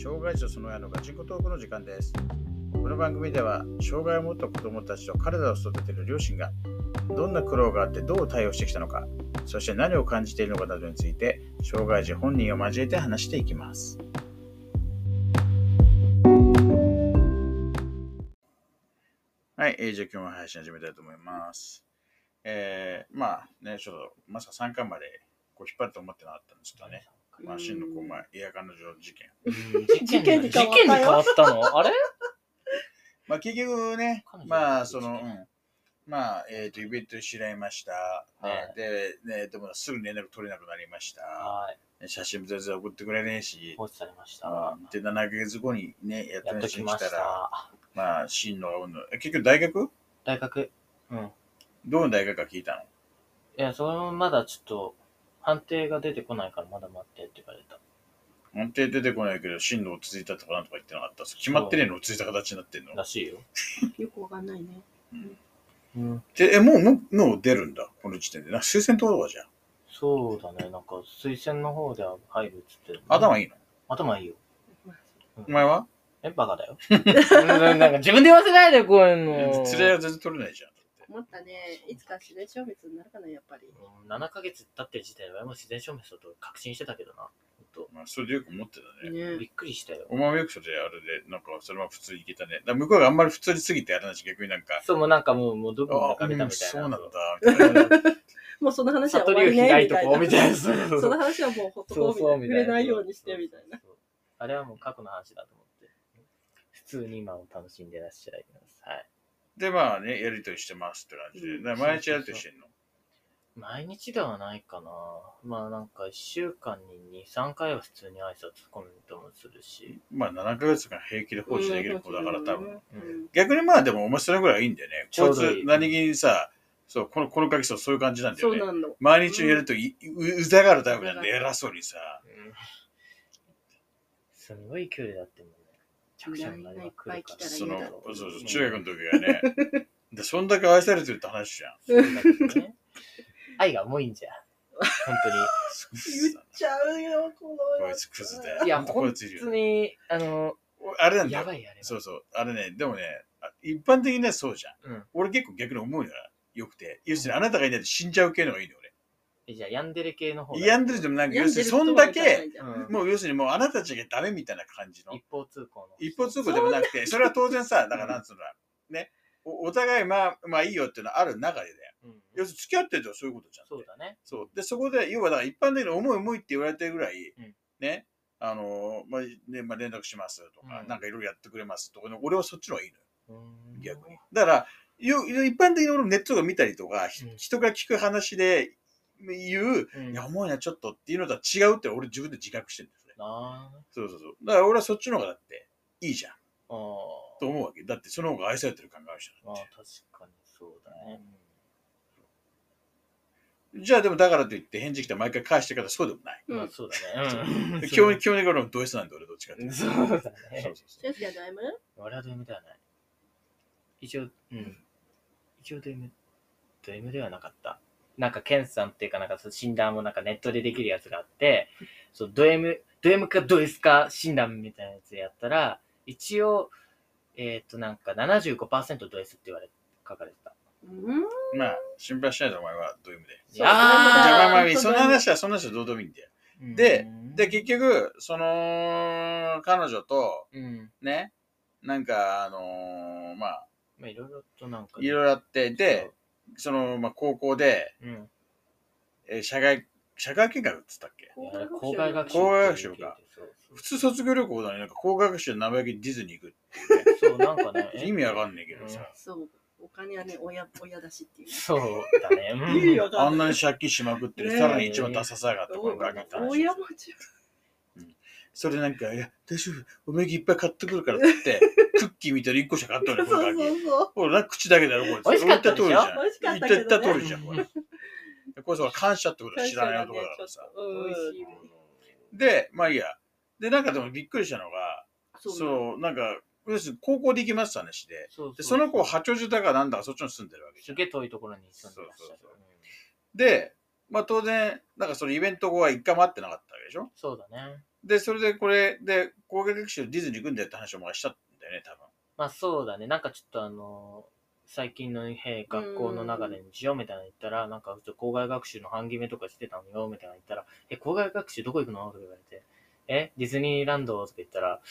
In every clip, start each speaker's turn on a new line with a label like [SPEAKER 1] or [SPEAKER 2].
[SPEAKER 1] 障害児とその親のガチンコトークの時間です。この番組では障害を持った子どもたちと彼らを育てる両親がどんな苦労があってどう対応してきたのか、そして何を感じているのかなどについて障害児本人を交えて話していきます。はい、じゃあ今日も配信始めたいと思います。まさか3巻までこう引っ張ると思ってなかったんですけどね。真のエア彼女事件。
[SPEAKER 2] 事件に変わったのあれ
[SPEAKER 1] 結局ね、イベントで知り合いました。でもすぐ連絡取れなくなりました。写真も全然送ってくれねえし。
[SPEAKER 2] 放置されました。
[SPEAKER 1] で、7ヶ月後にね、やっと来たら、真の結局大学。
[SPEAKER 2] うん。
[SPEAKER 1] どの大学か聞いたの？
[SPEAKER 2] いや、それもまだちょっと、判定が出てこないからまだ待ってって言われた。
[SPEAKER 1] 判定出てこないけど、真の落ち着いたとかなんとか言ってなかった。決まってねえの落ち着いた形になってんの
[SPEAKER 2] らしいよ。
[SPEAKER 3] よくわかんないね。
[SPEAKER 1] で、もう出るんだ、この時点で。推薦とかじゃん。
[SPEAKER 2] そうだね、なんか推薦の方では入るっつってる、ね。
[SPEAKER 1] 頭いいの？
[SPEAKER 2] 頭いいよ。
[SPEAKER 1] お前は？
[SPEAKER 2] バカだよ。なんか自分で言わせないで、こういうの。
[SPEAKER 1] 連れは全然取れないじゃん。
[SPEAKER 3] 思ったね。いつか自然消滅になるかな、やっぱり。
[SPEAKER 2] 7ヶ月経ってる時点で、俺も自然消滅だと確信してたけどな。
[SPEAKER 1] それでよく思ってたね。
[SPEAKER 2] びっくりしたよ。
[SPEAKER 1] お前もよくそれあれで、なんかそれは普通にいけたね。向こうがあんまり普通に過ぎてやらないし、逆になんか。
[SPEAKER 2] そう、もうなんかもうどこにかけたみたいな。
[SPEAKER 1] そうなんだ、みたいな。
[SPEAKER 3] もうその話は
[SPEAKER 2] 終わりねみたいな。みたいな。そ
[SPEAKER 3] の話はもうほっとこう触れないようにしてみたいな。
[SPEAKER 2] あれはもう過去の話だと思って。普通に今を楽しんでらっしゃいます。はい。
[SPEAKER 1] で、やりとりしてますって感じで。毎日やりとりしてんの？
[SPEAKER 2] 毎日ではないかな。なんか1週間に2、3回は普通に挨拶コメントもするし。
[SPEAKER 1] 7ヶ月間平気で放置できる子だから多分。逆にでも面白いぐらいいいんだよね。こいつ何気にさ、そう、このガキそういう感じなんだよね。
[SPEAKER 3] そうなんだ。
[SPEAKER 1] 毎日やるとうざがるタイプなんで偉そうにさ。
[SPEAKER 2] すごい距離だってもんね。着者になりまくるから。
[SPEAKER 1] そう、中学の時はね。で、そんだけ愛されてるって話じゃん。
[SPEAKER 2] そうだけどね。愛が重いんじゃ。本当に。
[SPEAKER 3] 言っちゃうよ、こ
[SPEAKER 1] いつクズだよ。
[SPEAKER 2] いや、本当に、
[SPEAKER 1] あれなんだよ。
[SPEAKER 2] やばいやれば。
[SPEAKER 1] そうそう。あれね、でもね、一般的にはそうじゃん。俺結構逆に思うのが良くて。要するにあなたがいないと死んじゃう系のがいいの俺。
[SPEAKER 2] じゃあ、ヤンデレ系の方
[SPEAKER 1] ヤンデレでも要するにそんだけ、もう要するにあなたたちがダメみたいな感じの。
[SPEAKER 2] 一方通行
[SPEAKER 1] でもなくて、それは当然さ、だからなんつうのね、お互いいいよっていうのはある中でだよ。要するに付き合ってるとそういうことじゃん。
[SPEAKER 2] そうだね。
[SPEAKER 1] そう。で、そこで、要はだから一般的に重いって言われてるぐらい、ね、連絡しますとか、なんかいろいろやってくれますとか、俺はそっちの方がいいのよ。逆に。だから、一般的に俺ネットが見たりとか、人が聞く話で言う、いや、重いな、ちょっとっていうのとは違うって俺自分で自覚してるんですね。そう。だから俺はそっちの方がだっていいじゃん。と思うわけ。だってその方が愛されてる感があるじゃん。
[SPEAKER 2] 確かにそうだね。
[SPEAKER 1] じゃあでもだからといって返事来たら毎回返してからそうでもない。
[SPEAKER 2] そうだね。
[SPEAKER 1] 基本的に俺ド S なんで俺どっちかっていうと。
[SPEAKER 2] そうだね。
[SPEAKER 3] 先生はド M？
[SPEAKER 2] 俺はド M ではない。一応ド M ではなかった。なんか検査っていうかなんか診断もなんかネットでできるやつがあって、そうド M かド S か診断みたいなやつやったら、一応なんか 75% ド S って書かれてた。
[SPEAKER 1] 心配しないでお前はド M で。その話はどうでもいいんだよ。で、結局、その、彼女と、ね、なんか、
[SPEAKER 2] いろいろとなんか、
[SPEAKER 1] いろいろあって、で、その、高校で、社会見学っつったっけ？
[SPEAKER 2] 校外学
[SPEAKER 1] 習か。普通卒業旅行だね。なんか校外学習で生意気にディズニー行くっていう
[SPEAKER 2] ね。そう、なんかね。
[SPEAKER 1] 意味わかんねえけどさ。
[SPEAKER 3] そう。お金はね、親だしっていう。
[SPEAKER 2] そうだね。
[SPEAKER 1] あんなに借金しまくってる。さらに一番ダサさがあってこのガキって話。
[SPEAKER 3] 親持ち。
[SPEAKER 1] それなんか、いや、大丈夫。おめぎいっぱい買ってくるからって言って、クッキー見たら1個しか買ったのね、このガキ。ほら、口だけだろ、これ。
[SPEAKER 2] 美味しかったでしょ？
[SPEAKER 3] 美味しかったけどね。
[SPEAKER 1] 言った通りじゃん、これ。これさ、感謝ってことは知らない男だからさ。で、いいや。で、なんかでもびっくりしたのが、そう、なんか、要するに高校で行きますって話で、その子八王子だかなんだかそっちに住んでるわけじゃん。
[SPEAKER 2] すげえ遠いところに住んでらっしゃる。
[SPEAKER 1] で、当然、なんかそのイベント後は一回も会ってなかったわけでしょ？
[SPEAKER 2] そうだね。
[SPEAKER 1] で、それでこれで、工学学習ディズニー行くんだよって話を前したんだよね、多分。
[SPEAKER 2] まあそうだね。なんかちょっと最近の学校の中でにしようみたいなの言ったら、なんか校外学習の半決めとかしてたのよみたいなの言ったら、校外学習どこ行くのとか言われて、ディズニーランドとか言ったら、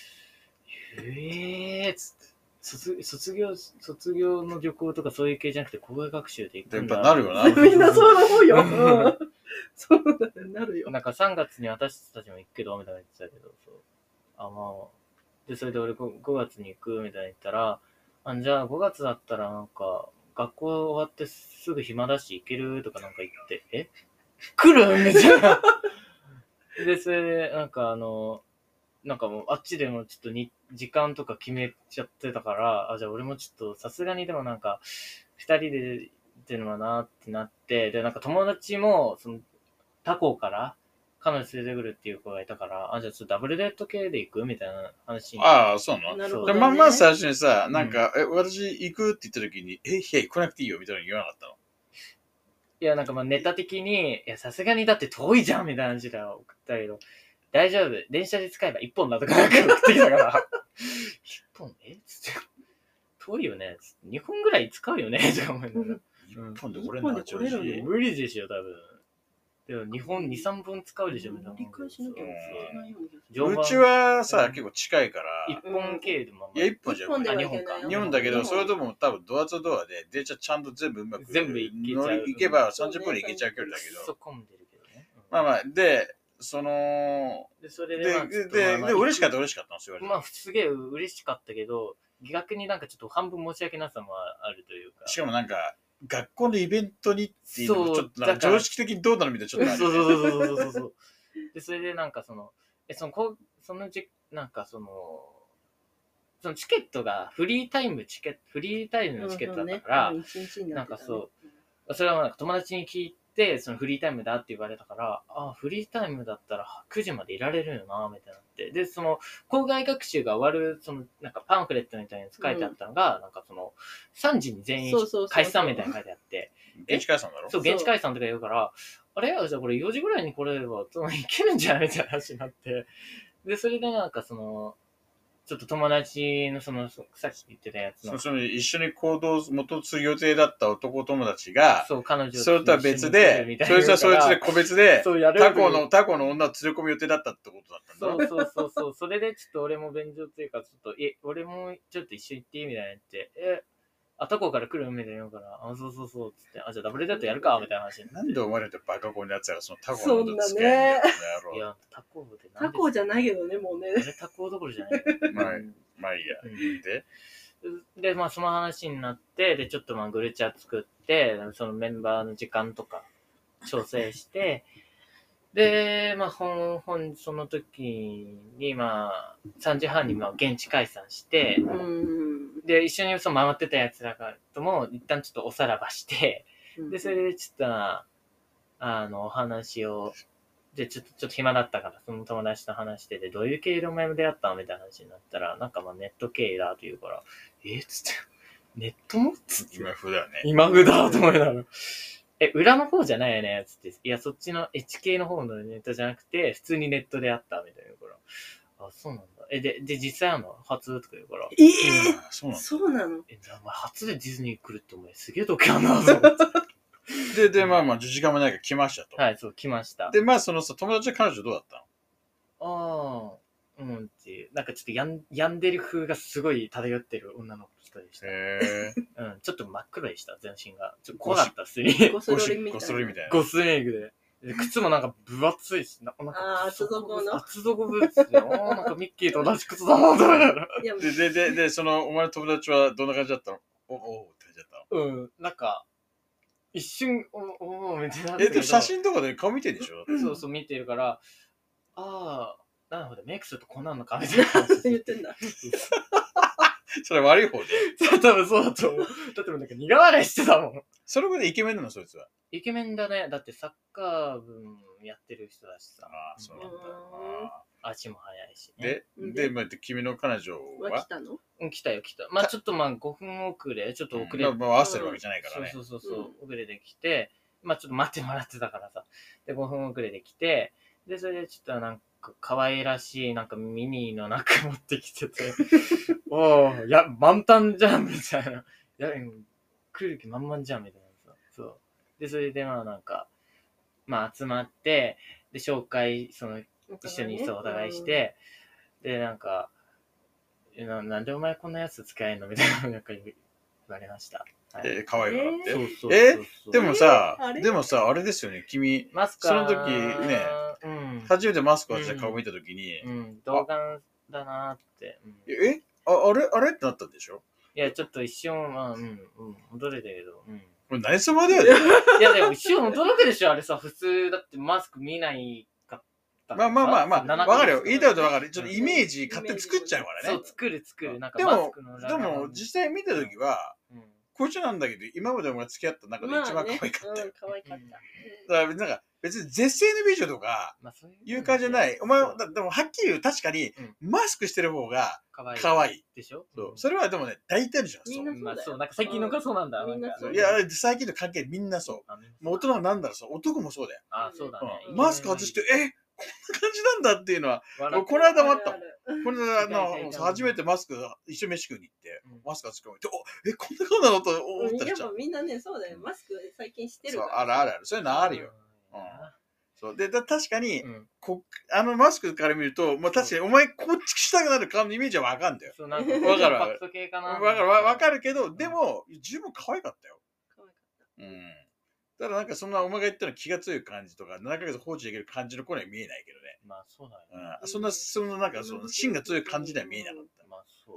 [SPEAKER 2] つって。卒業の旅行とかそういう系じゃなくて校外学習で行くんだ。
[SPEAKER 1] やっぱなるよな。
[SPEAKER 3] みんなそう思うよ。そうだね、なるよ。
[SPEAKER 2] なんか3月に私たちも行くけど、みたいな言ってたけど、そう。まあ。で、それで俺5月に行くみたいな言ったら、じゃあ5月だったらなんか、学校終わってすぐ暇だし行けるとかなんか言って、来るみたいな。で、それで、なんかなんかもうあっちでもちょっと時間とか決めちゃってたから、じゃあ俺もちょっとさすがにでもなんか、2人でってのはなってなって、で、なんか友達も、他校から彼女連れてくるっていう子がいたから、じゃあちょっとダブルデート系で行くみたいな話に。
[SPEAKER 1] ああ、そうなの。
[SPEAKER 3] なるほどね。
[SPEAKER 1] まず最初にさ、なんか、私行くって言った時に、いや、来なくていいよみたいなの言わなかったの。
[SPEAKER 2] いや、なんかまあネタ的に、さすがにだって遠いじゃんみたいな話で送ったけど、大丈夫、電車で使えば1本だとかなんか送ってきたから、1本つって、遠いよねつって、2本ぐらい使うよねとか思いながら。
[SPEAKER 1] 1本で来れんの八王子。
[SPEAKER 2] 無理でしょ、多分。でも2本、2、3本使うでしょ、みたいな。
[SPEAKER 3] 理解しなきゃいけないよ
[SPEAKER 1] うちはさ、結構近いから。
[SPEAKER 2] 1本経由でも。
[SPEAKER 1] いや、1本じゃ
[SPEAKER 3] ん。
[SPEAKER 2] 2本か。
[SPEAKER 1] 2本だけど、それとも多分ドアとドアで、電車ちゃんと全部うまく。
[SPEAKER 2] 全部行
[SPEAKER 1] けば30分で行けちゃう距離だけど。
[SPEAKER 2] そう混んでるけどね。
[SPEAKER 1] まあまあ、で、それで、嬉しかったのそう
[SPEAKER 2] まあ、すげえ嬉しかったけど、逆になんかちょっと半分申し訳なさもあるというか。
[SPEAKER 1] しかもなんか、学校のイベントにっていうのもちょっとなんか常識的にどうなのみたいなちょっとある。
[SPEAKER 2] そう。で、それでなんかなんかそのチケットがフリータイムのチケットだったから、なんかそう、それはなんか友達に聞いて、そのフリータイムだって言われたから、フリータイムだったら9時までいられるよな、みたいになって。で、校外学習が終わる、なんかパンフレットみたいに書いてあったのが、なんか3時に全員解散みたいに書いてあって。
[SPEAKER 1] 現地解散だろ？
[SPEAKER 2] そう、現地解散とか言うから、あれじゃあこれ4時ぐらいに来れれば、いけるんじゃないみたいな話になって。で、それでなんかちょっと友達のさっき言ってたやつの。
[SPEAKER 1] 一緒に行動元する予定だった男友達が、
[SPEAKER 2] そう、彼女
[SPEAKER 1] それとは別で、そいつはそいつで個別で、他校の女を連れ込む予定だったってことだったんだ。
[SPEAKER 2] そう。それでちょっと俺も便乗っていうか、ちょっと、俺もちょっと一緒に行っていいみたいな言って、他校から来るみたいな言うから、そう、つって、じゃあダブルデートやるかみたいな話になって。
[SPEAKER 1] なんでお前らってバカ校のやつらその他校の
[SPEAKER 3] 女付き合い
[SPEAKER 2] いや、他校で
[SPEAKER 3] 他校じゃないけどね、もうね。
[SPEAKER 2] 俺他校どころじゃない。
[SPEAKER 1] まあいいや。
[SPEAKER 2] で、まあその話になって、で、ちょっとまあグルチャ作って、そのメンバーの時間とか調整して、で、まあその時にまあ3時半にまあ現地解散して、で、一緒に回ってたやつらとも一旦ちょっとおさらばして、で、それでちょっとお話を、で、ちょっと暇だったから、その友達と話してて、どういう経緯でお前も出会ったのみたいな話になったら、なんかまあネット経緯だと言うから、つって、ネットもつって。
[SPEAKER 1] 今風だよね。
[SPEAKER 2] 今風だと思いながら。裏の方じゃないよねつって。いや、そっちの HK の方のネットじゃなくて、普通にネットで会ったみたいなから。そうなんだ。で、実際会うの初とか言うから。
[SPEAKER 3] そうなの？
[SPEAKER 2] 初でディズニー来るってお前すげえ時あんなと思って。
[SPEAKER 1] で、まあ10時間もないから来ましたと。
[SPEAKER 2] はい、そう、来ました。
[SPEAKER 1] で、まあ友達は彼女どうだったの？
[SPEAKER 2] っていう。なんかちょっと病んでる風がすごい漂ってる女の人でした。ちょっと真っ黒でした、全身が。ちょっと怖かった、普通に。
[SPEAKER 3] ゴスロリみたいな。
[SPEAKER 2] ゴスメイクで。靴もなんか分厚いし、
[SPEAKER 3] 厚底の。
[SPEAKER 2] 厚底ブーツで、なんかミッキーと同じ靴だな、と思いながら。
[SPEAKER 1] で、お前の友達はどんな感じだったの？おって感じだった
[SPEAKER 2] の？なんか、一瞬、みたいな。
[SPEAKER 1] でも写真とかで顔見てるでしょ？
[SPEAKER 2] そう、見てるから、なるほど、メイクするとこうなるのかみたいな。
[SPEAKER 3] 言ってんだ。
[SPEAKER 1] それ悪い方で？
[SPEAKER 2] 多分そうだと思う。だってなんか苦笑いしてたもん。
[SPEAKER 1] それまでイケメンなのそいつは？
[SPEAKER 2] イケメンだね。だってサッカー部やってる人だしさ。
[SPEAKER 1] そうなんだ。
[SPEAKER 2] 足も速いしね。
[SPEAKER 1] で、君の彼女は？
[SPEAKER 3] 来たの？
[SPEAKER 2] 来た。まあちょっと5分遅れ。ちょっと遅れ。
[SPEAKER 1] まあ合わせるわけじゃないからね。
[SPEAKER 2] そう。遅れてきて、まあちょっと待ってもらってたからさ。で、5分遅れてきて、 で、それでちょっとなんか可愛らしいなんかミニのなんか持ってきてて、おー、いや、満タンじゃんみたいな。いや、来る気満々じゃんみたいなさ。そう。で、それでまあなんか、まあ集まって、で、紹介、一緒にそうお互いして、で、なんか、なんでお前こんなやつ使えんのみたいな、なんか言われました。
[SPEAKER 1] 可愛いからって。
[SPEAKER 2] そうそう。
[SPEAKER 1] でもさ、
[SPEAKER 3] あれ
[SPEAKER 1] あれですよね、君、
[SPEAKER 2] マスク
[SPEAKER 1] その時ね、初めてマスクをした顔見た時に、
[SPEAKER 2] 童顔だなーって。
[SPEAKER 1] あれってなったんでしょ？
[SPEAKER 2] いや、ちょっと一瞬、驚いたけど、
[SPEAKER 1] これ何様だよね。
[SPEAKER 2] いや、でも一瞬驚くでしょ、あれさ、普通だってマスク見ないかった
[SPEAKER 1] まあ、わかるよ。言いたいことわかる。ちょっとイメージ勝手に作っちゃうからね。
[SPEAKER 2] そう、作る。なんかマスクの
[SPEAKER 1] でも、実際見た時は、こいつなんだけど、今まで俺が付き合った中で一番可愛かったよ。
[SPEAKER 3] 可愛かった。
[SPEAKER 1] だから、なんか、別に絶世の美女とか、いう感じじゃない。お前、でもはっきり言う、確かに、マスクしてる方が、可愛い。
[SPEAKER 2] でしょ？
[SPEAKER 1] そう。それはでもね、大体の人は
[SPEAKER 3] みんなそうだよ。
[SPEAKER 2] そう、なんか最近のがそうなんだ。
[SPEAKER 3] みんなそう
[SPEAKER 1] いや、最近の関係みんなそう。もう大人はなんだろう、そう。男もそうだよ。
[SPEAKER 2] あ、そうだね。
[SPEAKER 1] マスク外して、こんな感じなんだっていうのは、この間もあったもん。これ初めてマスク一緒に飯食いに行って、マスク外して、こんな顔なのと思ったりした。
[SPEAKER 3] やっぱみんなね、そうだよ。マスク最近してるから。
[SPEAKER 1] そう、ある。そういうのあるよ。そうで、確かに、マスクから見ると、まあ確かにお前こっちしたくなる顔のイメージはわかんだよ。
[SPEAKER 2] わ
[SPEAKER 1] かるけど、でも、十分可愛かったよ。
[SPEAKER 3] 可愛かった。
[SPEAKER 1] ただなんかそんなお前が言ったの気が強い感じとか、7ヶ月放置できる感じの子には見えないけどね。
[SPEAKER 2] まあそうだよね。
[SPEAKER 1] そんななんか芯が強い感じでは見えなかった。
[SPEAKER 2] まあそう。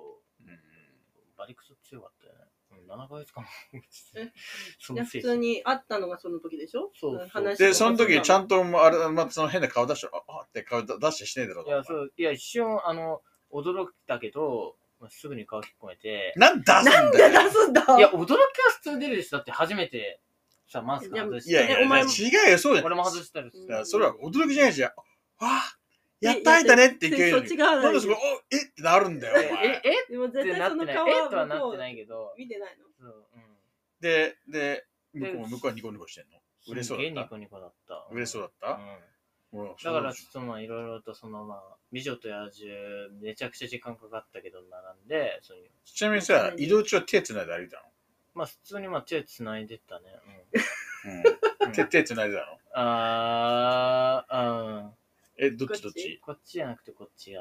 [SPEAKER 2] バリクソ強かったよね。7ヶ月間。
[SPEAKER 3] 普通に会ったのがその時でしょ？
[SPEAKER 2] そう。
[SPEAKER 1] で、その時ちゃんと、その変な顔出して、って顔出してしねえだろ。
[SPEAKER 2] いや、一瞬、驚いたけど、すぐに顔引っ込めて。
[SPEAKER 3] なんで出すんだ？
[SPEAKER 2] いや、驚きは普通出るし、だって初めて、さ、マスク外して。
[SPEAKER 1] いや、お前違うよ、そうだよ。
[SPEAKER 2] 俺も外したり
[SPEAKER 1] する。それは驚きじゃないし、やった会えたねって勢いで。なんでそこ、ってなるんだよ。
[SPEAKER 3] でも絶対その顔
[SPEAKER 2] とはなってないけど。
[SPEAKER 3] 見てないの？
[SPEAKER 1] で、向こうはニコニコしてんの？嬉しそうだった？
[SPEAKER 2] ニコニコだった。
[SPEAKER 1] 嬉しそうだった？
[SPEAKER 2] だからちょっとまあいろいろと美女と野獣めちゃくちゃ時間かかったけど並んで、
[SPEAKER 1] ちなみにさ、移動中は手繋いで歩いたの？
[SPEAKER 2] まあ普通に手繋いでったね。
[SPEAKER 1] 手繋いでた
[SPEAKER 2] の？
[SPEAKER 1] どっち？
[SPEAKER 2] こっちじゃなくてこっちやった。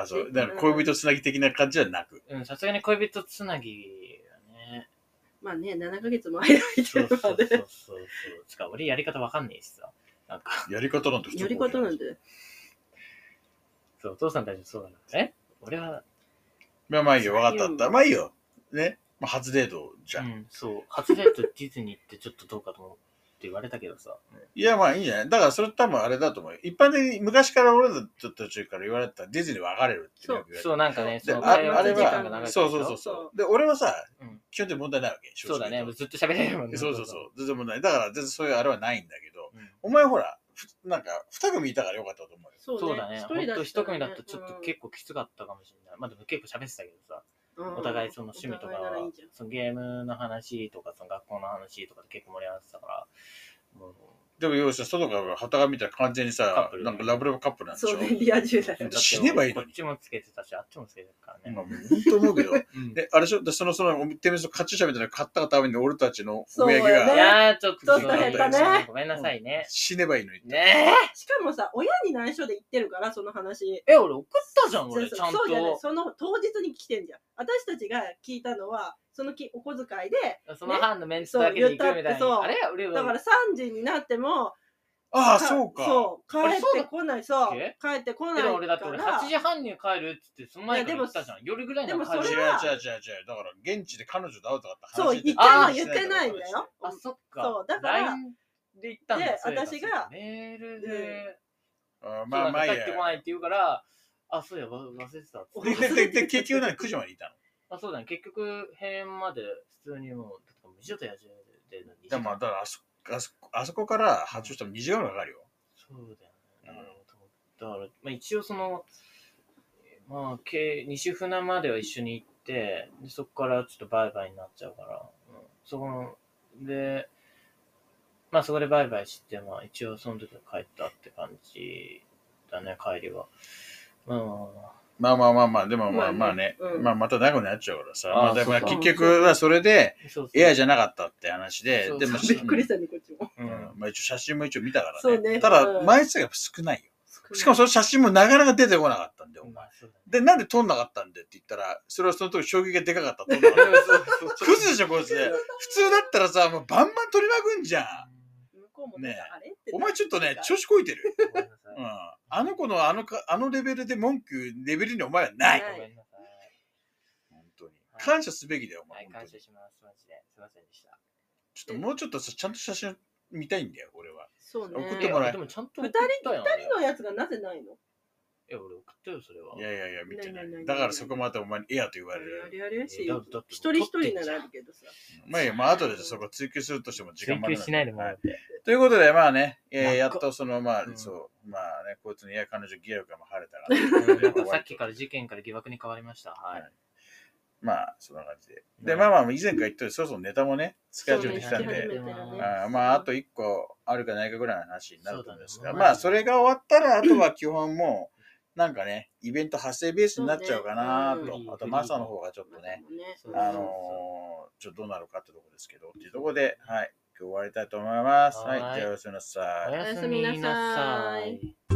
[SPEAKER 1] そう。だから恋人つなぎ的な感じはなく。
[SPEAKER 2] さすがに恋人つなぎはね。
[SPEAKER 3] まあね、7ヶ月も間空いてるまで。
[SPEAKER 2] そう。つか、俺やり方わかんねえしさ。なんか。
[SPEAKER 1] やり方なんて
[SPEAKER 3] 普通やり方なんて。
[SPEAKER 2] そう、お父さんたちそうだな。俺は。
[SPEAKER 1] まあいいよ、わかった。まあいいよ。ね。初デートじゃん。
[SPEAKER 2] そう。初デートディズニーってちょっとどうかと思って言われたけどさ。
[SPEAKER 1] いや、まあいいんじゃない？だからそれ多分あれだと思うよ。一般的に昔から俺ら途中から言われてたディズニー別れるって
[SPEAKER 2] そう、なんかね、
[SPEAKER 1] あれは、そう。で、俺はさ、基本的に問題ないわけ。
[SPEAKER 2] そうだね、ずっと喋れるもんね。
[SPEAKER 1] そう。全然問題ない。だから全然そういうあれはないんだけど、お前ほら、なんか2組いたからよかったと思うよ。
[SPEAKER 2] そうだね。ほんと1組だとちょっと結構きつかったかもしれない。まあでも結構喋ってたけどさ。お互いその趣味とか、そのゲームの話とか、その学校の話とかで結構盛り上がってたから、
[SPEAKER 1] でもよし、外から旗が見たら完全にさ、なんかラブラブカップルなんでしょ？
[SPEAKER 3] そうね、リア充だよ。
[SPEAKER 1] 死ねばいいのに。
[SPEAKER 2] こっちもつけてたし、あっちもつけてたからね。
[SPEAKER 1] 本当思うけど。で、あれでしょ？その、てめえカチューシャみたいなの買ったがために俺たちのお土産が。
[SPEAKER 2] いやー、ちょっと
[SPEAKER 3] 下手ね。
[SPEAKER 2] ごめんなさいね。
[SPEAKER 1] 死ねばいいのに。
[SPEAKER 2] ね
[SPEAKER 3] しかもさ、親に内緒で言ってるから、その話。
[SPEAKER 2] 俺送ったじゃん、俺、ちゃんと。
[SPEAKER 3] そうじゃない、その当日に来てんじゃん。私たちが聞いたのは、そのお小遣いで、
[SPEAKER 2] その班のメンツだけで行くみたいな。あれ
[SPEAKER 3] だから3時になっても、
[SPEAKER 1] そうか。
[SPEAKER 3] そう、帰ってこない、そう。帰ってこないから。
[SPEAKER 2] 俺だって俺8時半に帰るって言って、その前から言ったじゃん。夜ぐらいに帰る。
[SPEAKER 1] 違う。だから現地で彼女と会うとかって話
[SPEAKER 3] そう、言ってないんだよ。
[SPEAKER 2] そっか。
[SPEAKER 3] そう、だから。
[SPEAKER 2] LINE で言ったんだ。
[SPEAKER 3] で、私が。
[SPEAKER 2] メールで。
[SPEAKER 1] まあいいや。
[SPEAKER 2] 帰ってこないって言うから、そういや、忘れてた。
[SPEAKER 1] で、結局9時までいた
[SPEAKER 2] の？そうだね。結局、閉園まで普通にもう、美女と野獣で。
[SPEAKER 1] でも、だからあそこから発注したら2時間ぐらいかかるよ。
[SPEAKER 2] そうだよね。だから、一応計西船までは一緒に行って、でそこからちょっとバイバイになっちゃうから、そこでバイバイして、一応その時は帰ったって感じだね、帰りは。ま
[SPEAKER 1] まあまあまあまあ、でも
[SPEAKER 3] まあね
[SPEAKER 1] まあね、
[SPEAKER 3] うん
[SPEAKER 1] まあまた長くなっちゃうからさ。
[SPEAKER 2] あ
[SPEAKER 1] まあ、でも
[SPEAKER 2] そうか
[SPEAKER 1] 結局はそれで
[SPEAKER 2] あ、そうそう
[SPEAKER 1] エアじゃなかったって話で、
[SPEAKER 2] そう
[SPEAKER 1] でも、
[SPEAKER 3] びっくりしたね、こっちも。
[SPEAKER 2] う
[SPEAKER 1] うんんまあ一応写真も一応見たから
[SPEAKER 3] そうね
[SPEAKER 1] ただ、
[SPEAKER 3] うん
[SPEAKER 1] 枚数がやっぱ少ないよ。しかもその写真もなかなか出てこなかったんだよ、お前。
[SPEAKER 2] そうだね
[SPEAKER 1] で、なんで撮んなかったんだよって言ったら、それはその時衝撃がでかかった。撮んなかったクズでしょ、こいつ。普通だったらさ、もうバンバン撮りまくんじゃん。
[SPEAKER 3] 向こうもなんか
[SPEAKER 1] ね
[SPEAKER 3] あれって
[SPEAKER 1] お前ちょっとね、調子こいてる。
[SPEAKER 2] ごめんなさい
[SPEAKER 1] うん。あの子のあのレベルで文句、レベルにお前はない。
[SPEAKER 3] ない
[SPEAKER 2] ごめんなさい。
[SPEAKER 1] 本当に。
[SPEAKER 2] はい
[SPEAKER 1] 感謝すべきだよ、お前。
[SPEAKER 2] はい、
[SPEAKER 1] 本当に
[SPEAKER 2] 感謝します。マジで。すいませんでした。
[SPEAKER 1] ちょっともうちょっとさ、ちゃんと写真見たいんだよ、俺は。
[SPEAKER 3] そうね。
[SPEAKER 1] 送ってもらえ
[SPEAKER 2] でもちゃんと
[SPEAKER 3] 二
[SPEAKER 2] 送ったよ。
[SPEAKER 3] 人のやつがなぜないの？
[SPEAKER 2] いや、俺送ったよ、それは。
[SPEAKER 1] いやいやいや、見てな
[SPEAKER 3] ないないない
[SPEAKER 1] い。だからそこまでお前にエアと言われ
[SPEAKER 3] あ
[SPEAKER 1] る。
[SPEAKER 3] れあれらしいよ
[SPEAKER 2] だって。
[SPEAKER 3] 一人一人ならあるけどさ。
[SPEAKER 1] まあいいや、まあ後でそこ追求するとしても時間もある
[SPEAKER 2] 追求しないでもら
[SPEAKER 1] はい
[SPEAKER 2] って。
[SPEAKER 1] ということで、まあね、
[SPEAKER 2] なんか
[SPEAKER 1] やっとその、まあ、
[SPEAKER 2] うん
[SPEAKER 1] そう、まあね、こいつのいや、彼女疑惑が晴れたから。
[SPEAKER 2] なんかさっきから事件から疑惑に変わりました。はい。
[SPEAKER 1] まあ、そんな感じで。で、
[SPEAKER 2] うん
[SPEAKER 1] まあまあ、以前から言ったように、そろそろネタもね、使い始めてきたん
[SPEAKER 3] そうね
[SPEAKER 1] で、
[SPEAKER 3] 始めたよね
[SPEAKER 1] まあ、あと1個あるかないかぐらいの話になると思うんですが、
[SPEAKER 2] そうだね
[SPEAKER 1] まあ、それが終わったら、あとは基本もう、なんかね、イベント発生ベースになっちゃうかな
[SPEAKER 3] そう
[SPEAKER 2] ね
[SPEAKER 1] と、あと、マサの方がちょっとね、
[SPEAKER 2] そう
[SPEAKER 1] ちょっとどうなるかってとこですけど、っていうところで、はい、今日終わりたいと思います。はい、
[SPEAKER 2] はい
[SPEAKER 1] じゃあおやすみなさい。
[SPEAKER 2] おやすみなさい。